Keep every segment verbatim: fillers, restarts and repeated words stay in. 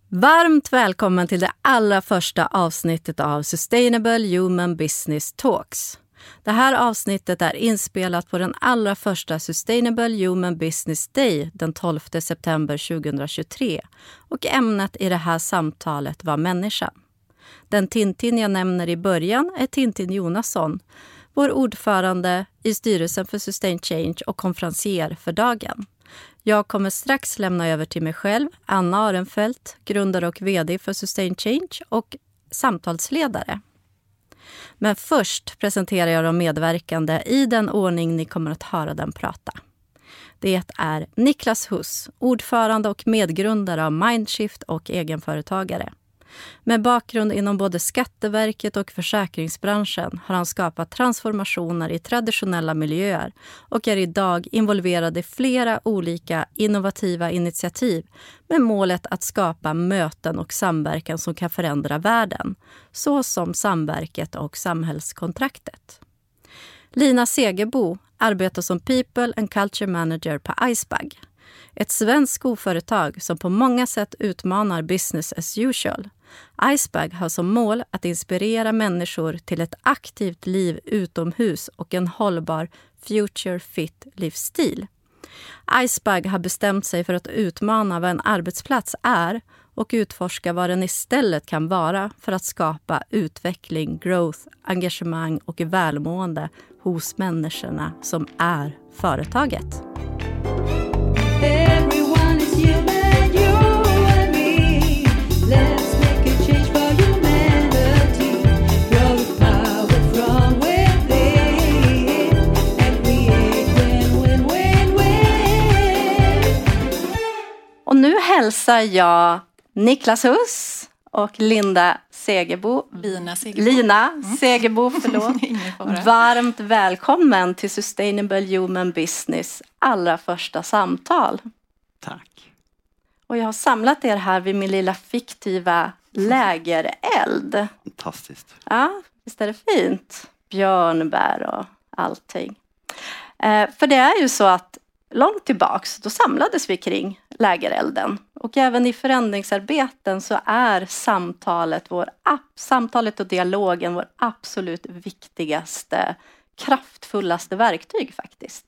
Varmt välkommen till det allra första avsnittet av Sustainable Human Business Talks. Det här avsnittet är inspelat på den allra första Sustainable Human Business Day den tolfte september tjugohundratjugotre och ämnet i det här samtalet var människan. Den Tintin jag nämner i början är Tintin Jonasson, vår ordförande i styrelsen för Sustain Change och konferencier för dagen. Jag kommer strax lämna över till mig själv, Anna Arenfeldt, grundare och vd för Sustain Change och samtalsledare. Men först presenterar jag de medverkande i den ordning ni kommer att höra den prata. Det är Niklas Huss, ordförande och medgrundare av Mindshift och egenföretagare. Med bakgrund inom både Skatteverket och försäkringsbranschen har han skapat transformationer i traditionella miljöer och är idag involverad i flera olika innovativa initiativ med målet att skapa möten och samverkan som kan förändra världen, så som Samverket och Samhällskontraktet. Lina Segerbo arbetar som People and Culture Manager på Icebug, ett svenskt skoföretag som på många sätt utmanar business as usual. Icebug har som mål att inspirera människor till ett aktivt liv utomhus och en hållbar future fit livsstil. Icebug har bestämt sig för att utmana vad en arbetsplats är och utforska vad den istället kan vara för att skapa utveckling, growth, engagemang och välmående hos människorna som är företaget. Och nu hälsar jag Niklas Huss och Linda Segerbo. Lina Segerbo. Lina Segerbo, förlåt. Varmt välkommen till Sustainable Human Business allra första samtal. Tack. Och jag har samlat er här vid min lilla fiktiva lägereld. Fantastiskt. Ja, visst är det fint? Björnbär och allting. Eh, för det är ju så att långt tillbaks, då samlades vi kring lägerelden. Och även i förändringsarbeten så är samtalet, vår, samtalet och dialogen vår absolut viktigaste, kraftfullaste verktyg faktiskt.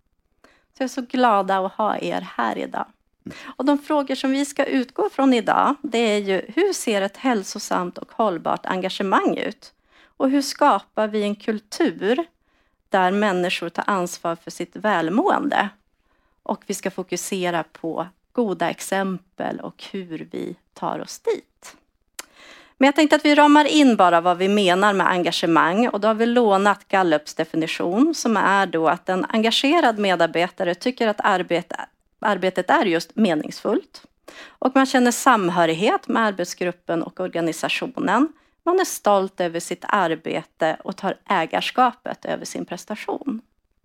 Så jag är så glad att ha er här idag. Och de frågor som vi ska utgå från idag, det är ju hur ser ett hälsosamt och hållbart engagemang ut? Och hur skapar vi en kultur där människor tar ansvar för sitt välmående? Och vi ska fokusera på goda exempel och hur vi tar oss dit. Men jag tänkte att vi ramar in bara vad vi menar med engagemang. Och då har vi lånat Gallups definition som är då att en engagerad medarbetare tycker att arbete, arbetet är just meningsfullt. Och man känner samhörighet med arbetsgruppen och organisationen. Man är stolt över sitt arbete och tar ägarskapet över sin prestation.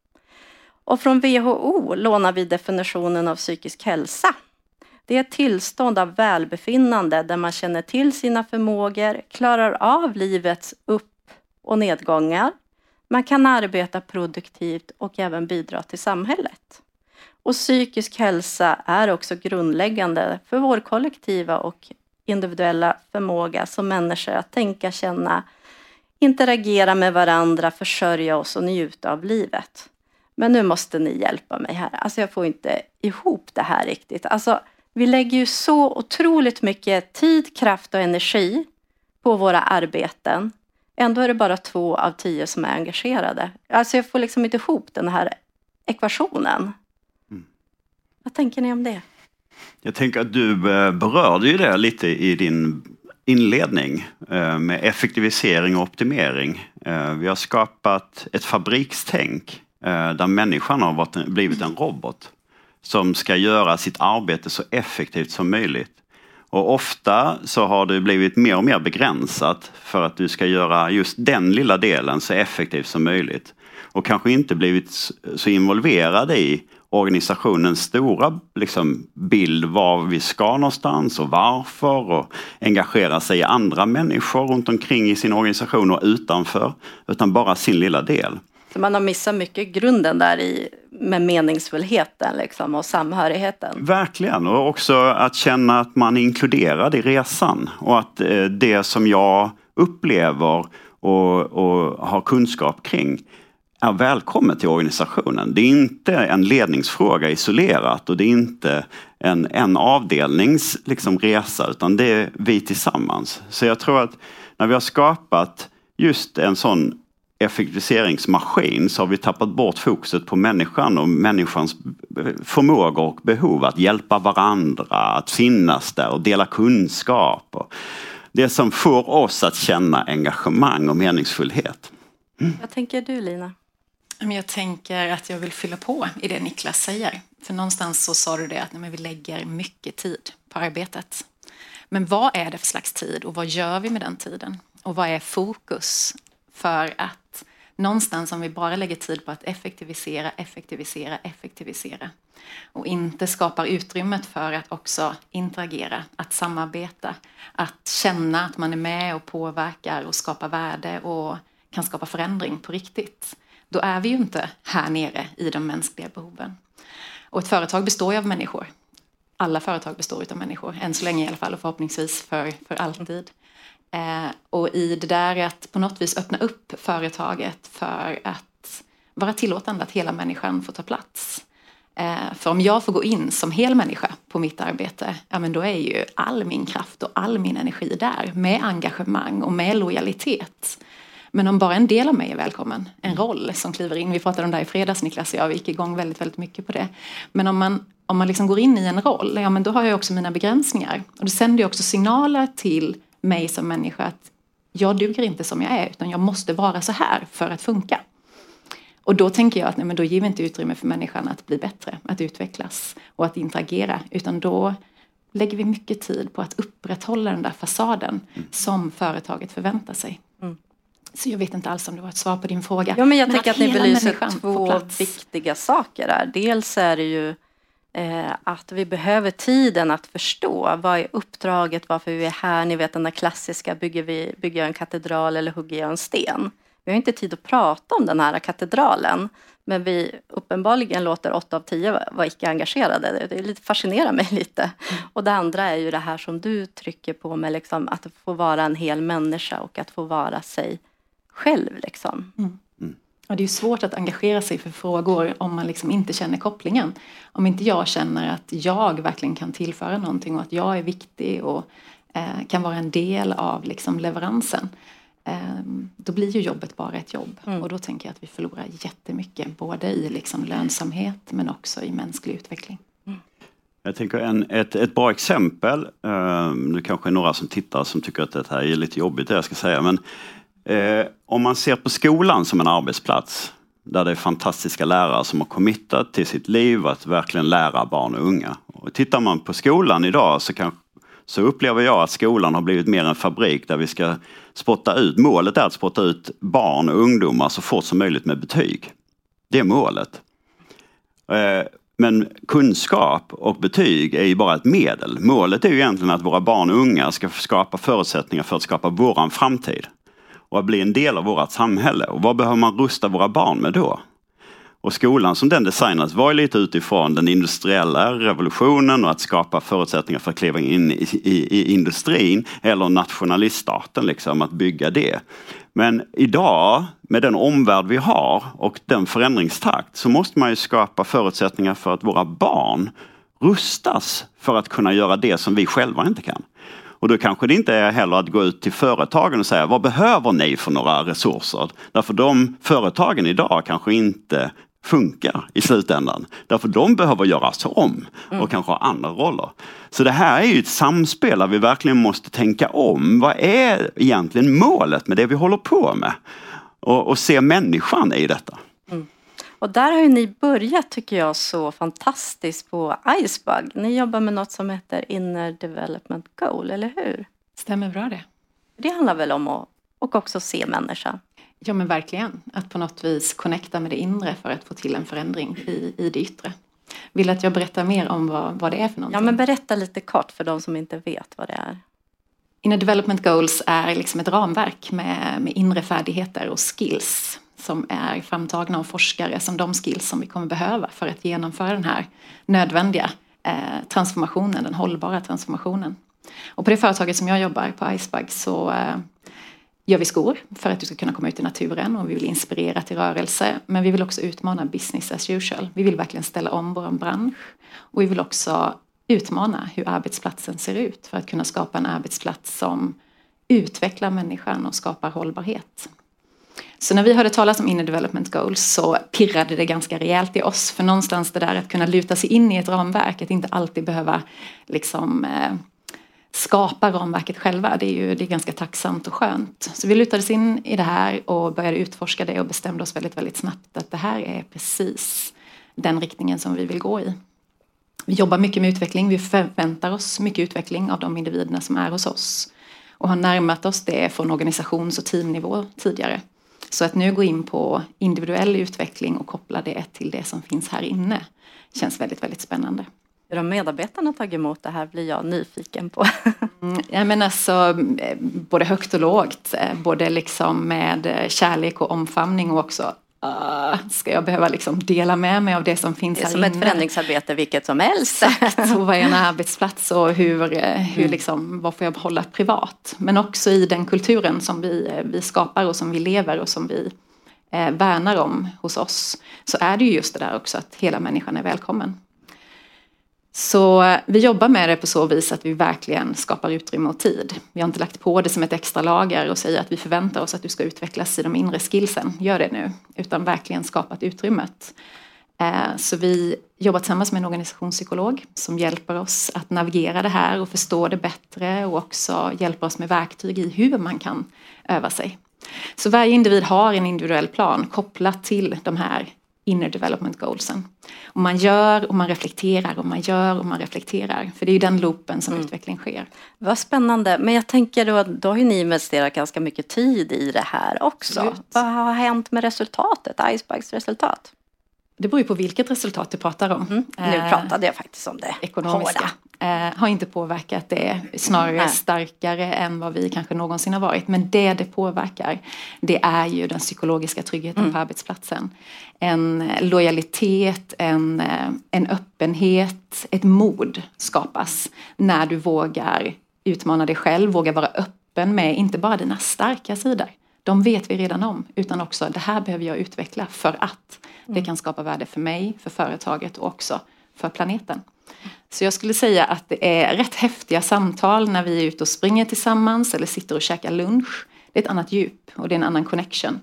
Och från W H O lånar vi definitionen av psykisk hälsa. Det är ett tillstånd av välbefinnande där man känner till sina förmågor, klarar av livets upp- och nedgångar. Man kan arbeta produktivt och även bidra till samhället. Och psykisk hälsa är också grundläggande för vår kollektiva och individuella förmåga som människor att tänka, känna, interagera med varandra, försörja oss och njuta av livet. Men nu måste ni hjälpa mig här. Alltså jag får inte ihop det här riktigt. Alltså vi lägger ju så otroligt mycket tid, kraft och energi på våra arbeten. Ändå är det bara två av tio som är engagerade. Alltså jag får liksom inte ihop den här ekvationen. Mm. Vad tänker ni om det? Jag tänker att du berörde ju det lite i din inledning med effektivisering och optimering. Vi har skapat ett fabrikstänk där människan har varit, blivit en robot som ska göra sitt arbete så effektivt som möjligt. Och ofta så har det blivit mer och mer begränsat för att du ska göra just den lilla delen så effektivt som möjligt. Och kanske inte blivit så involverad i organisationens stora liksom, bild var vi ska någonstans och varför och engagera sig i andra människor runt omkring i sin organisation och utanför, utan bara sin lilla del. Så man har missat mycket grunden där i, med meningsfullheten liksom, och samhörigheten. Verkligen, och också att känna att man är inkluderad i resan. Och att eh, det som jag upplever och, och har kunskap kring är välkommet till organisationen. Det är inte en ledningsfråga isolerat och det är inte en, en avdelnings liksom, resa, utan det är vi tillsammans. Så jag tror att när vi har skapat just en sån effektiviseringsmaskin så har vi tappat bort fokuset på människan och människans förmågor och behov att hjälpa varandra, att finnas där och dela kunskap. Och det som får oss att känna engagemang och meningsfullhet. Mm. Vad tänker du, Lina? Jag tänker att jag vill fylla på i det Niklas säger. För någonstans så sa du det att nej, men vi lägger mycket tid på arbetet. Men vad är det för slags tid och vad gör vi med den tiden? Och vad är fokus för att någonstans om vi bara lägger tid på att effektivisera, effektivisera, effektivisera och inte skapar utrymmet för att också interagera, att samarbeta, att känna att man är med och påverkar och skapar värde och kan skapa förändring på riktigt. Då är vi ju inte här nere i de mänskliga behoven. Och ett företag består ju av människor. Alla företag består av människor, än så länge i alla fall och förhoppningsvis för, för alltid. Eh, och i det där att på något vis öppna upp företaget för att vara tillåtande att hela människan får ta plats. Eh, för om jag får gå in som hel människa på mitt arbete, ja men då är ju all min kraft och all min energi där med engagemang och med lojalitet. Men om bara en del av mig är välkommen, en roll som kliver in. Vi pratade om det här i fredags, Niklas och jag, vi gick igång väldigt, väldigt mycket på det. Men om man, om man liksom går in i en roll, ja men då har jag också mina begränsningar. Och det sänder ju också signaler till mig som människa att jag duger inte som jag är, utan jag måste vara så här för att funka. Och då tänker jag att nej, men då ger vi inte utrymme för människan att bli bättre, att utvecklas och att interagera. Utan då lägger vi mycket tid på att upprätthålla den där fasaden mm. som företaget förväntar sig. Mm. Så jag vet inte alls om det var ett svar på din fråga. Ja, men jag men tänker att, att ni belyser två viktiga saker där. Dels är det ju eh, att vi behöver tiden att förstå vad är uppdraget, varför vi är här. Ni vet den där klassiska, bygger, vi, bygger jag en katedral eller hugger jag en sten? Vi har inte tid att prata om den här katedralen. Men vi uppenbarligen låter åtta av tio vara icke engagerade. Det lite, fascinerar mig lite. Mm. Och det andra är ju det här som du trycker på med liksom, att få vara en hel människa och att få vara sig själv liksom. Mm. Mm. Och det är ju svårt att engagera sig för frågor om man liksom inte känner kopplingen. Om inte jag känner att jag verkligen kan tillföra någonting och att jag är viktig och eh, kan vara en del av liksom leveransen. Eh, då blir ju jobbet bara ett jobb. Mm. Och då tänker jag att vi förlorar jättemycket. Både i liksom lönsamhet men också i mänsklig utveckling. Mm. Jag tänker en, ett, ett bra exempel. Uh, nu kanske är några som tittar som tycker att det här är lite jobbigt det jag ska säga. Men Eh, om man ser på skolan som en arbetsplats där det är fantastiska lärare som har committat till sitt liv att verkligen lära barn och unga. Och tittar man på skolan idag så, kan, så upplever jag att skolan har blivit mer en fabrik där vi ska spotta ut. Målet är att spotta ut barn och ungdomar så fort som möjligt med betyg. Det är målet. Eh, men kunskap och betyg är ju bara ett medel. Målet är ju egentligen att våra barn och unga ska skapa förutsättningar för att skapa våran framtid. Och att bli en del av vårt samhälle. Och vad behöver man rusta våra barn med då? Och skolan som den designas var ju lite utifrån den industriella revolutionen och att skapa förutsättningar för att kliva in i, i, i industrin eller nationaliststaten, liksom, att bygga det. Men idag, med den omvärld vi har och den förändringstakt, så måste man ju skapa förutsättningar för att våra barn rustas för att kunna göra det som vi själva inte kan. Och då kanske det inte är heller att gå ut till företagen och säga vad behöver ni för några resurser? Därför de företagen idag kanske inte funkar i slutändan. Därför de behöver göras om och kanske ha andra roller. Så det här är ju ett samspel där vi verkligen måste tänka om. Vad är egentligen målet med det vi håller på med? Och, och se människan i detta. Mm. Och där har ju ni börjat, tycker jag, så fantastiskt på Icebug. Ni jobbar med något som heter Inner Development Goal, eller hur? Stämmer bra det. Det handlar väl om att och också se människan. Ja, men verkligen. Att på något vis connecta med det inre för att få till en förändring i, i det yttre. Vill att jag berättar mer om vad, vad det är för någonting? Ja, men berätta lite kort för de som inte vet vad det är. Inner Development Goals är liksom ett ramverk med, med inre färdigheter och skills som är framtagna av forskare som de skills som vi kommer behöva för att genomföra den här nödvändiga eh, transformationen, den hållbara transformationen. Och på det företaget som jag jobbar på Icebug så eh, gör vi skor för att du ska kunna komma ut i naturen och vi vill inspirera till rörelse. Men vi vill också utmana business as usual. Vi vill verkligen ställa om vår bransch och vi vill också utmana hur arbetsplatsen ser ut för att kunna skapa en arbetsplats som utvecklar människan och skapar hållbarhet. Så när vi hörde talas om Inner Development Goals så pirrade det ganska rejält i oss. För någonstans det där att kunna luta sig in i ett ramverk, att inte alltid behöva liksom, eh, skapa ramverket själva. Det är ju det är ganska tacksamt och skönt. Så vi lutades in i det här och började utforska det och bestämde oss väldigt, väldigt snabbt att det här är precis den riktningen som vi vill gå i. Vi jobbar mycket med utveckling, vi förväntar oss mycket utveckling av de individerna som är hos oss. Och har närmat oss det från organisations- och teamnivå tidigare. Så att nu gå in på individuell utveckling och koppla det till det som finns här inne känns väldigt, väldigt spännande. Hur har medarbetarna tagit emot det här blir jag nyfiken på. mm, jag menar alltså, både högt och lågt, både liksom med kärlek och omfamning och också Uh, ska jag behöva liksom dela med mig av det som finns här inne? Det är som ett förändringsarbete vilket som helst. Exakt, och vad är en arbetsplats och hur, hur liksom, vad får jag hålla privat? Men också i den kulturen som vi, vi skapar och som vi lever och som vi eh, värnar om hos oss. Så är det ju just det där också att hela människan är välkommen. Så vi jobbar med det på så vis att vi verkligen skapar utrymme och tid. Vi har inte lagt på det som ett extra lager och säger att vi förväntar oss att du ska utvecklas i de inre skillsen. Gör det nu. Utan verkligen skapat utrymmet. Så vi jobbar tillsammans med en organisationspsykolog som hjälper oss att navigera det här och förstå det bättre. Och också hjälper oss med verktyg i hur man kan öva sig. Så varje individ har en individuell plan kopplat till de här Inner Development Goalsen. Och man gör och man reflekterar och man gör och man reflekterar. För det är ju den loopen som mm. utveckling sker. Vad spännande. Men jag tänker då, då har ju ni investerat ganska mycket tid i det här också. Absolut. Vad har hänt med resultatet, Icebugs resultat? Det beror ju på vilket resultat du pratar om. Mm. Nu pratade jag faktiskt om det ekonomiska. Eh, har inte påverkat det, snarare Nej. starkare än vad vi kanske någonsin har varit. Men det det påverkar, det är ju den psykologiska tryggheten mm. på arbetsplatsen. En lojalitet, en, en öppenhet, ett mod skapas när du vågar utmana dig själv, vågar vara öppen med inte bara dina starka sidor. De vet vi redan om, utan också det här behöver jag utveckla för att det kan skapa värde för mig, för företaget och också för planeten. Så jag skulle säga att det är rätt häftiga samtal när vi är ute och springer tillsammans eller sitter och käkar lunch. Det är ett annat djup och det är en annan connection.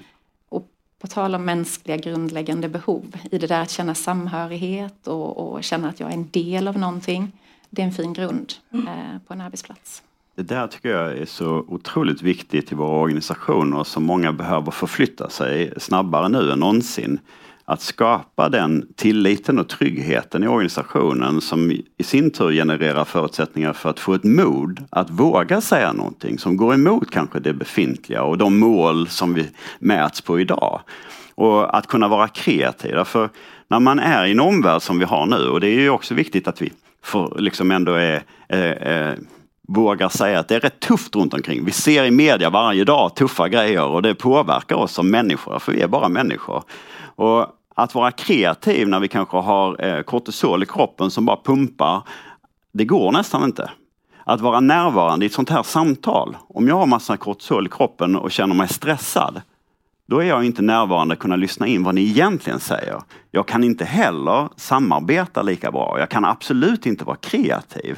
Och på tal om mänskliga grundläggande behov, i det där att känna samhörighet och, och känna att jag är en del av någonting, det är en fin grund eh, på en arbetsplats. Det där tycker jag är så otroligt viktigt i våra organisationer som många behöver förflytta sig snabbare nu än någonsin. Att skapa den tilliten och tryggheten i organisationen som i sin tur genererar förutsättningar för att få ett mod att våga säga någonting som går emot kanske det befintliga och de mål som vi mäts på idag. Och att kunna vara kreativa, för när man är i en omvärld som vi har nu, och det är ju också viktigt att vi får liksom ändå är eh, eh, vågar säga att det är rätt tufft runt omkring. Vi ser i media varje dag tuffa grejer och det påverkar oss som människor, för vi är bara människor. Och att vara kreativ när vi kanske har eh, kortisol i kroppen som bara pumpar, det går nästan inte. Att vara närvarande i ett sånt här samtal, om jag har massa kortisol i kroppen och känner mig stressad, då är jag inte närvarande att kunna lyssna in vad ni egentligen säger. Jag kan inte heller samarbeta lika bra. Jag kan absolut inte vara kreativ.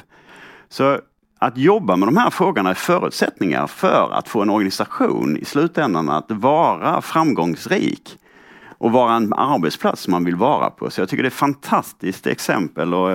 Så att jobba med de här frågorna är förutsättningar för att få en organisation i slutändan att vara framgångsrik och vara en arbetsplats man vill vara på. Så jag tycker det är ett fantastiskt exempel och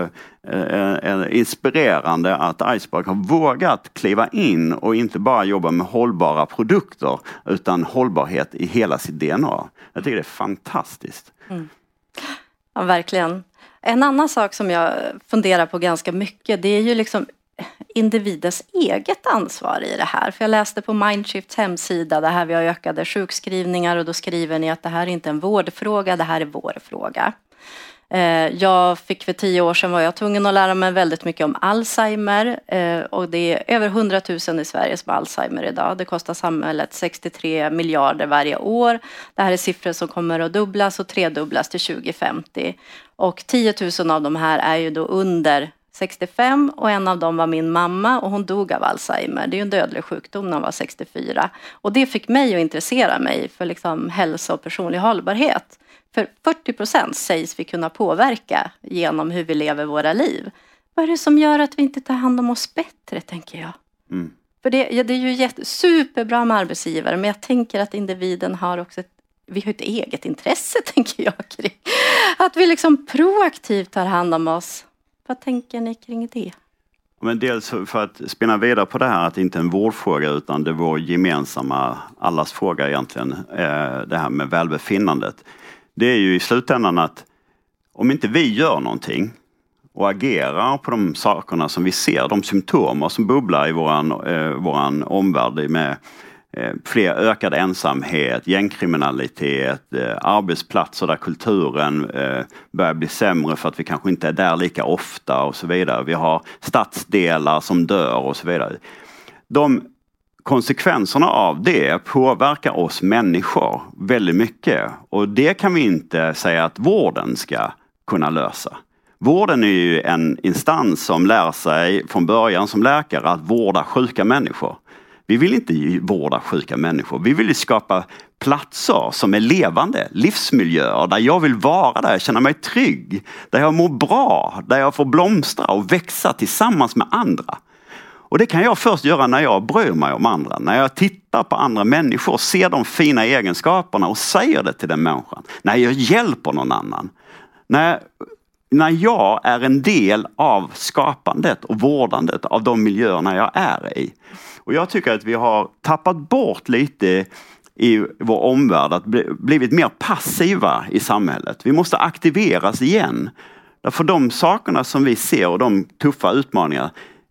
eh, inspirerande att Icebug har vågat kliva in och inte bara jobba med hållbara produkter utan hållbarhet i hela sitt D N A. Jag tycker det är fantastiskt. Mm. Ja, verkligen. En annan sak som jag funderar på ganska mycket, det är ju liksom individens eget ansvar i det här. För jag läste på Mindshifts hemsida, det här vi har ökade sjukskrivningar och då skriver ni att det här är inte en vårdfråga, det här är vår fråga. Jag fick för tio år sedan var jag tvungen att lära mig väldigt mycket om Alzheimer och det är över hundratusen i Sverige som har Alzheimer idag. Det kostar samhället sextiotre miljarder varje år. Det här är siffror som kommer att dubblas och tredubblas till tjugo femtio. Och tio tusen av de här är ju då under sextiofem och en av dem var min mamma och hon dog av Alzheimer. Det är ju en dödlig sjukdom när hon var sextiofyra. Och det fick mig att intressera mig för liksom hälsa och personlig hållbarhet. För fyrtio procent sägs vi kunna påverka genom hur vi lever våra liv. Vad är det som gör att vi inte tar hand om oss bättre, tänker jag? Mm. För det, ja, det är ju jätte, superbra med arbetsgivare, men jag tänker att individen har också ett, vi har ett eget intresse, tänker jag, kring. Att vi liksom proaktivt tar hand om oss. Vad tänker ni kring det? Men dels för att spinna vidare på det här att det inte är en vårdfråga utan det är vår gemensamma, allas fråga egentligen, det här med välbefinnandet. Det är ju i slutändan att om inte vi gör någonting och agerar på de sakerna som vi ser, de symptomer som bubblar i våran, eh, våran omvärld med eh, fler ökad ensamhet, gängkriminalitet, eh, arbetsplatser där kulturen eh, börjar bli sämre för att vi kanske inte är där lika ofta och så vidare. Vi har stadsdelar som dör och så vidare. De konsekvenserna av det påverkar oss människor väldigt mycket och det kan vi inte säga att vården ska kunna lösa. Vården är ju en instans som lär sig från början som läkare att vårda sjuka människor. Vi vill inte vårda sjuka människor. Vi vill skapa platser som är levande, livsmiljöer där jag vill vara, där jag känner mig trygg, där jag mår bra, där jag får blomstra och växa tillsammans med andra. Och det kan jag först göra när jag bryr mig om andra. När jag tittar på andra människor, ser de fina egenskaperna och säger det till den människan. När jag hjälper någon annan. När, när jag är en del av skapandet och vårdandet av de miljöerna jag är i. Och jag tycker att vi har tappat bort lite i vår omvärld. Att bli, blivit mer passiva i samhället. Vi måste aktiveras igen. Därför de sakerna som vi ser och de tuffa utmaningarna,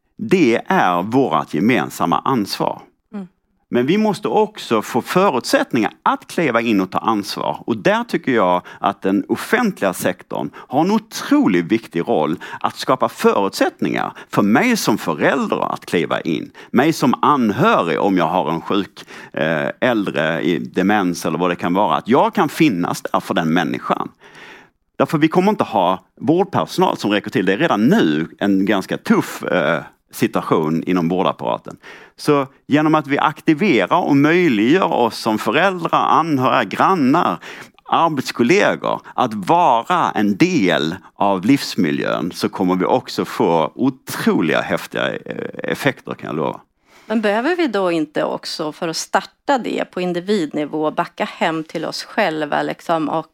det är vårt gemensamma ansvar. Mm. Men vi måste också få förutsättningar att kliva in och ta ansvar. Och där tycker jag att den offentliga sektorn har en otroligt viktig roll att skapa förutsättningar för mig som förälder att kliva in. Mig som anhörig om jag har en sjuk eh, äldre i demens eller vad det kan vara. Att jag kan finnas där för den människan. Därför vi kommer inte ha vårdpersonal som räcker till. Det är redan nu en ganska tuff eh, situation inom vårdapparaten. Så genom att vi aktiverar och möjliggör oss som föräldrar, anhöriga, grannar, arbetskollegor att vara en del av livsmiljön så kommer vi också få otroliga häftiga effekter, kan jag lova. Men behöver vi då inte också för att starta det på individnivå backa hem till oss själva liksom, och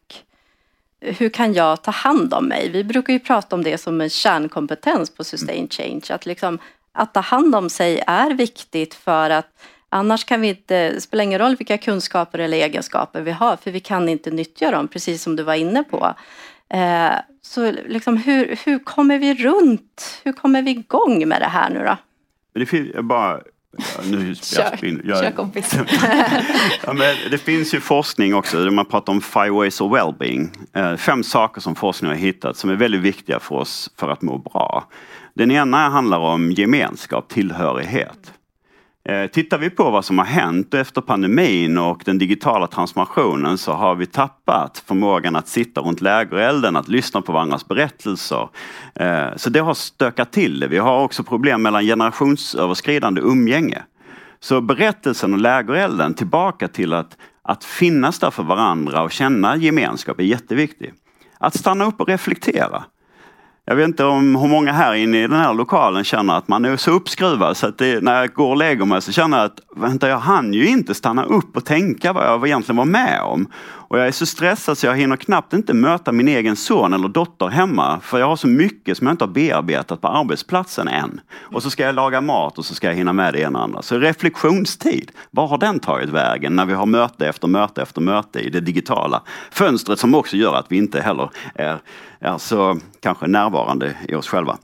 hur kan jag ta hand om mig? Vi brukar ju prata om det som en kärnkompetens på Sustain Change. Att, liksom, att ta hand om sig är viktigt för att annars kan vi inte, det spelar ingen roll vilka kunskaper eller egenskaper vi har. För vi kan inte nyttja dem, precis som du var inne på. Eh, så liksom, hur, hur kommer vi runt? Hur kommer vi igång med det här nu då? Det finns bara... Ja, nu kör, jag, kör kompis. Ja, men det finns ju forskning också där man pratar om five ways of well-being. Fem saker som forskning har hittat som är väldigt viktiga för oss för att må bra. Den ena handlar om gemenskap, tillhörighet. Tittar vi på vad som har hänt efter pandemin och den digitala transformationen så har vi tappat förmågan att sitta runt lägerelden, att lyssna på varandras berättelser. Så det har stökat till det. Vi har också problem mellan generationsöverskridande umgänge. Så berättelsen och lägerelden tillbaka till att, att finnas där för varandra och känna gemenskap är jätteviktigt. Att stanna upp och reflektera. Jag vet inte om hur många här inne i den här lokalen känner att man är så uppskruvad så att det, när jag går och lägger mig så känner jag att vänta, jag hann ju inte stanna upp och tänka vad jag egentligen var med om. Och jag är så stressad så jag hinner knappt inte möta min egen son eller dotter hemma för jag har så mycket som jag inte har bearbetat på arbetsplatsen än. Och så ska jag laga mat och så ska jag hinna med det ena och andra. Så reflektionstid, vad har den tagit vägen när vi har möte efter möte efter möte i det digitala fönstret som också gör att vi inte heller är, är så kanske närvarande i oss själva.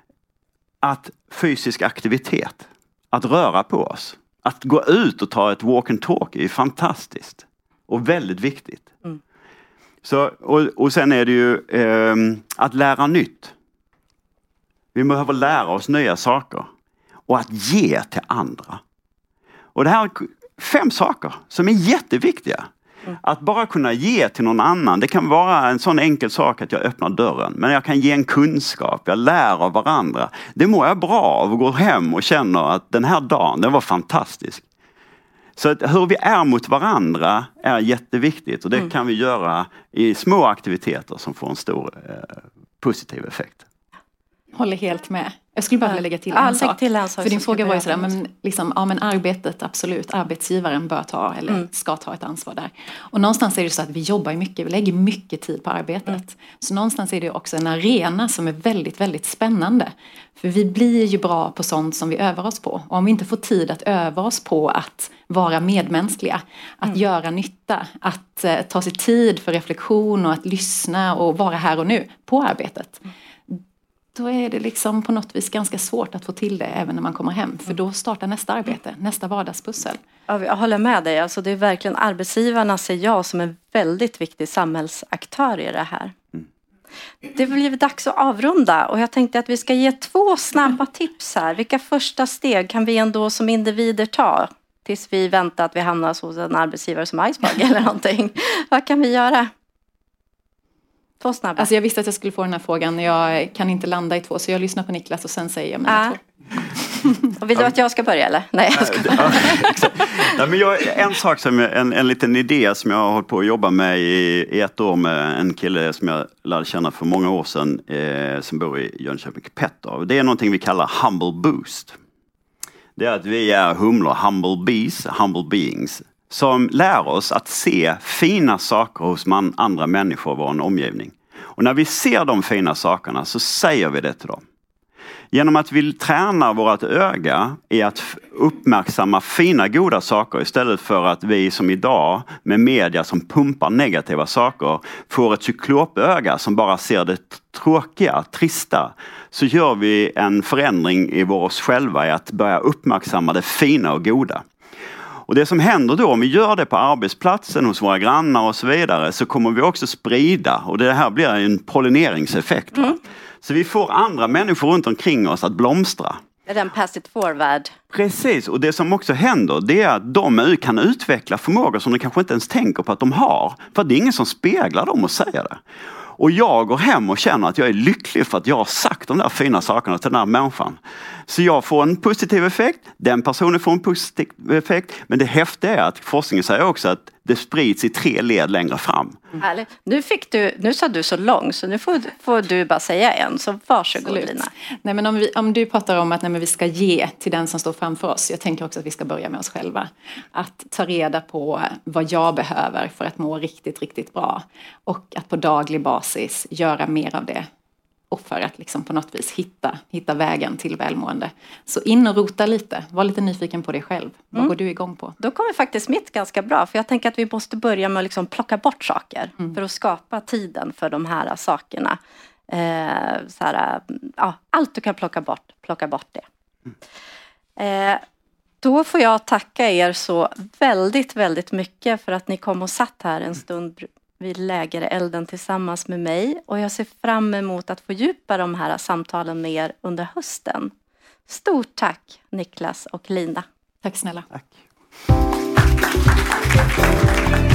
Att fysisk aktivitet, att röra på oss, att gå ut och ta ett walk and talk är fantastiskt. Och väldigt viktigt. Mm. Så, och, och sen är det ju eh, att lära nytt. Vi behöver lära oss nya saker. Och att ge till andra. Och det här är fem saker som är jätteviktiga. Mm. Att bara kunna ge till någon annan. Det kan vara en sån enkel sak att jag öppnar dörren. Men jag kan ge en kunskap. Jag lär av varandra. Det mår jag bra av och går hem och känner att den här dagen, den var fantastisk. Så att hur vi är mot varandra är jätteviktigt. Och det mm. kan vi göra i små aktiviteter som får en stor eh, positiv effekt. Håller helt med. Jag skulle bara vilja lägga till en ja, sak. Till en sak. För din fråga var ju sådär, men, liksom, ja, men arbetet, absolut. Arbetsgivaren bör ta eller mm. ska ta ett ansvar där. Och någonstans är det så att vi jobbar mycket, vi lägger mycket tid på arbetet. Mm. Så någonstans är det också en arena som är väldigt, väldigt spännande. För vi blir ju bra på sånt som vi övar oss på. Och om vi inte får tid att öva oss på att vara medmänskliga, att mm. göra nytta, att eh, ta sig tid för reflektion och att lyssna och vara här och nu på arbetet. Mm. Då är det liksom på något vis ganska svårt att få till det även när man kommer hem. För då startar nästa arbete, nästa vardagspussel. Ja, jag håller med dig. Alltså det är verkligen arbetsgivarna ser jag som en väldigt viktig samhällsaktör i det här. Mm. Det blir dags att avrunda och jag tänkte att vi ska ge två snabba tips här. Vilka första steg kan vi ändå som individer ta tills vi väntar att vi hamnar hos en arbetsgivare som Icebug eller någonting? Vad kan vi göra? Två snabba. Alltså jag visste att jag skulle få den här frågan. Jag kan inte landa i två, så jag lyssnar på Niklas och sen säger jag mina äh. två. Och vill du att jag ska börja eller? Nej, jag ska börja. Ja, men jag, en sak som jag, en, en liten idé som jag har hållit på att jobba med i, i ett år med en kille som jag lärde känna för många år sedan eh, som bor i Jönköping, Petter. Det är någonting vi kallar humble boost. Det är att vi är humlor, humble bees, humble beings, som lär oss att se fina saker hos man, andra människor i vår omgivning. Och när vi ser de fina sakerna så säger vi det till dem. Genom att vi tränar vårt öga i att uppmärksamma fina, goda saker istället för att vi som idag med media som pumpar negativa saker får ett cyklopöga som bara ser det tråkiga, trista, så gör vi en förändring i oss själva i att börja uppmärksamma det fina och goda. Och det som händer då, om vi gör det på arbetsplatsen, hos våra grannar och så vidare, så kommer vi också sprida. Och det här blir en pollineringseffekt. Mm. Så vi får andra människor runt omkring oss att blomstra. Det är den pass it forward. Precis, och det som också händer, det är att de kan utveckla förmågor som de kanske inte ens tänker på att de har. För det är ingen som speglar dem och säger det. Och jag går hem och känner att jag är lycklig för att jag har sagt de där fina sakerna till den här människan. Så jag får en positiv effekt, den personen får en positiv effekt. Men det häftiga är att forskningen säger också att det sprids i tre led längre fram. Härligt. Nu, fick du, nu sa du så lång, så nu får, får du bara säga en. Så varsågod, Lina. Nej, men om, vi, om du pratar om att nej, men vi ska ge till den som står framför oss. Jag tänker också att vi ska börja med oss själva. Att ta reda på vad jag behöver för att må riktigt, riktigt bra. Och att på daglig basis göra mer av det. Och för att liksom på något vis hitta, hitta vägen till välmående. Så in och rota lite. Var lite nyfiken på dig själv. Vad mm. går du igång på? Då kommer faktiskt mitt ganska bra. För jag tänker att vi måste börja med att liksom plocka bort saker. Mm. För att skapa tiden för de här sakerna. Eh, så här, ja, allt du kan plocka bort, plocka bort det. Mm. Eh, då får jag tacka er så väldigt, väldigt mycket. För att ni kom och satt här en stund vid lägerelden tillsammans med mig. Och jag ser fram emot att fördjupa de här samtalen med er under hösten. Stort tack Niklas och Lina. Tack snälla. Tack.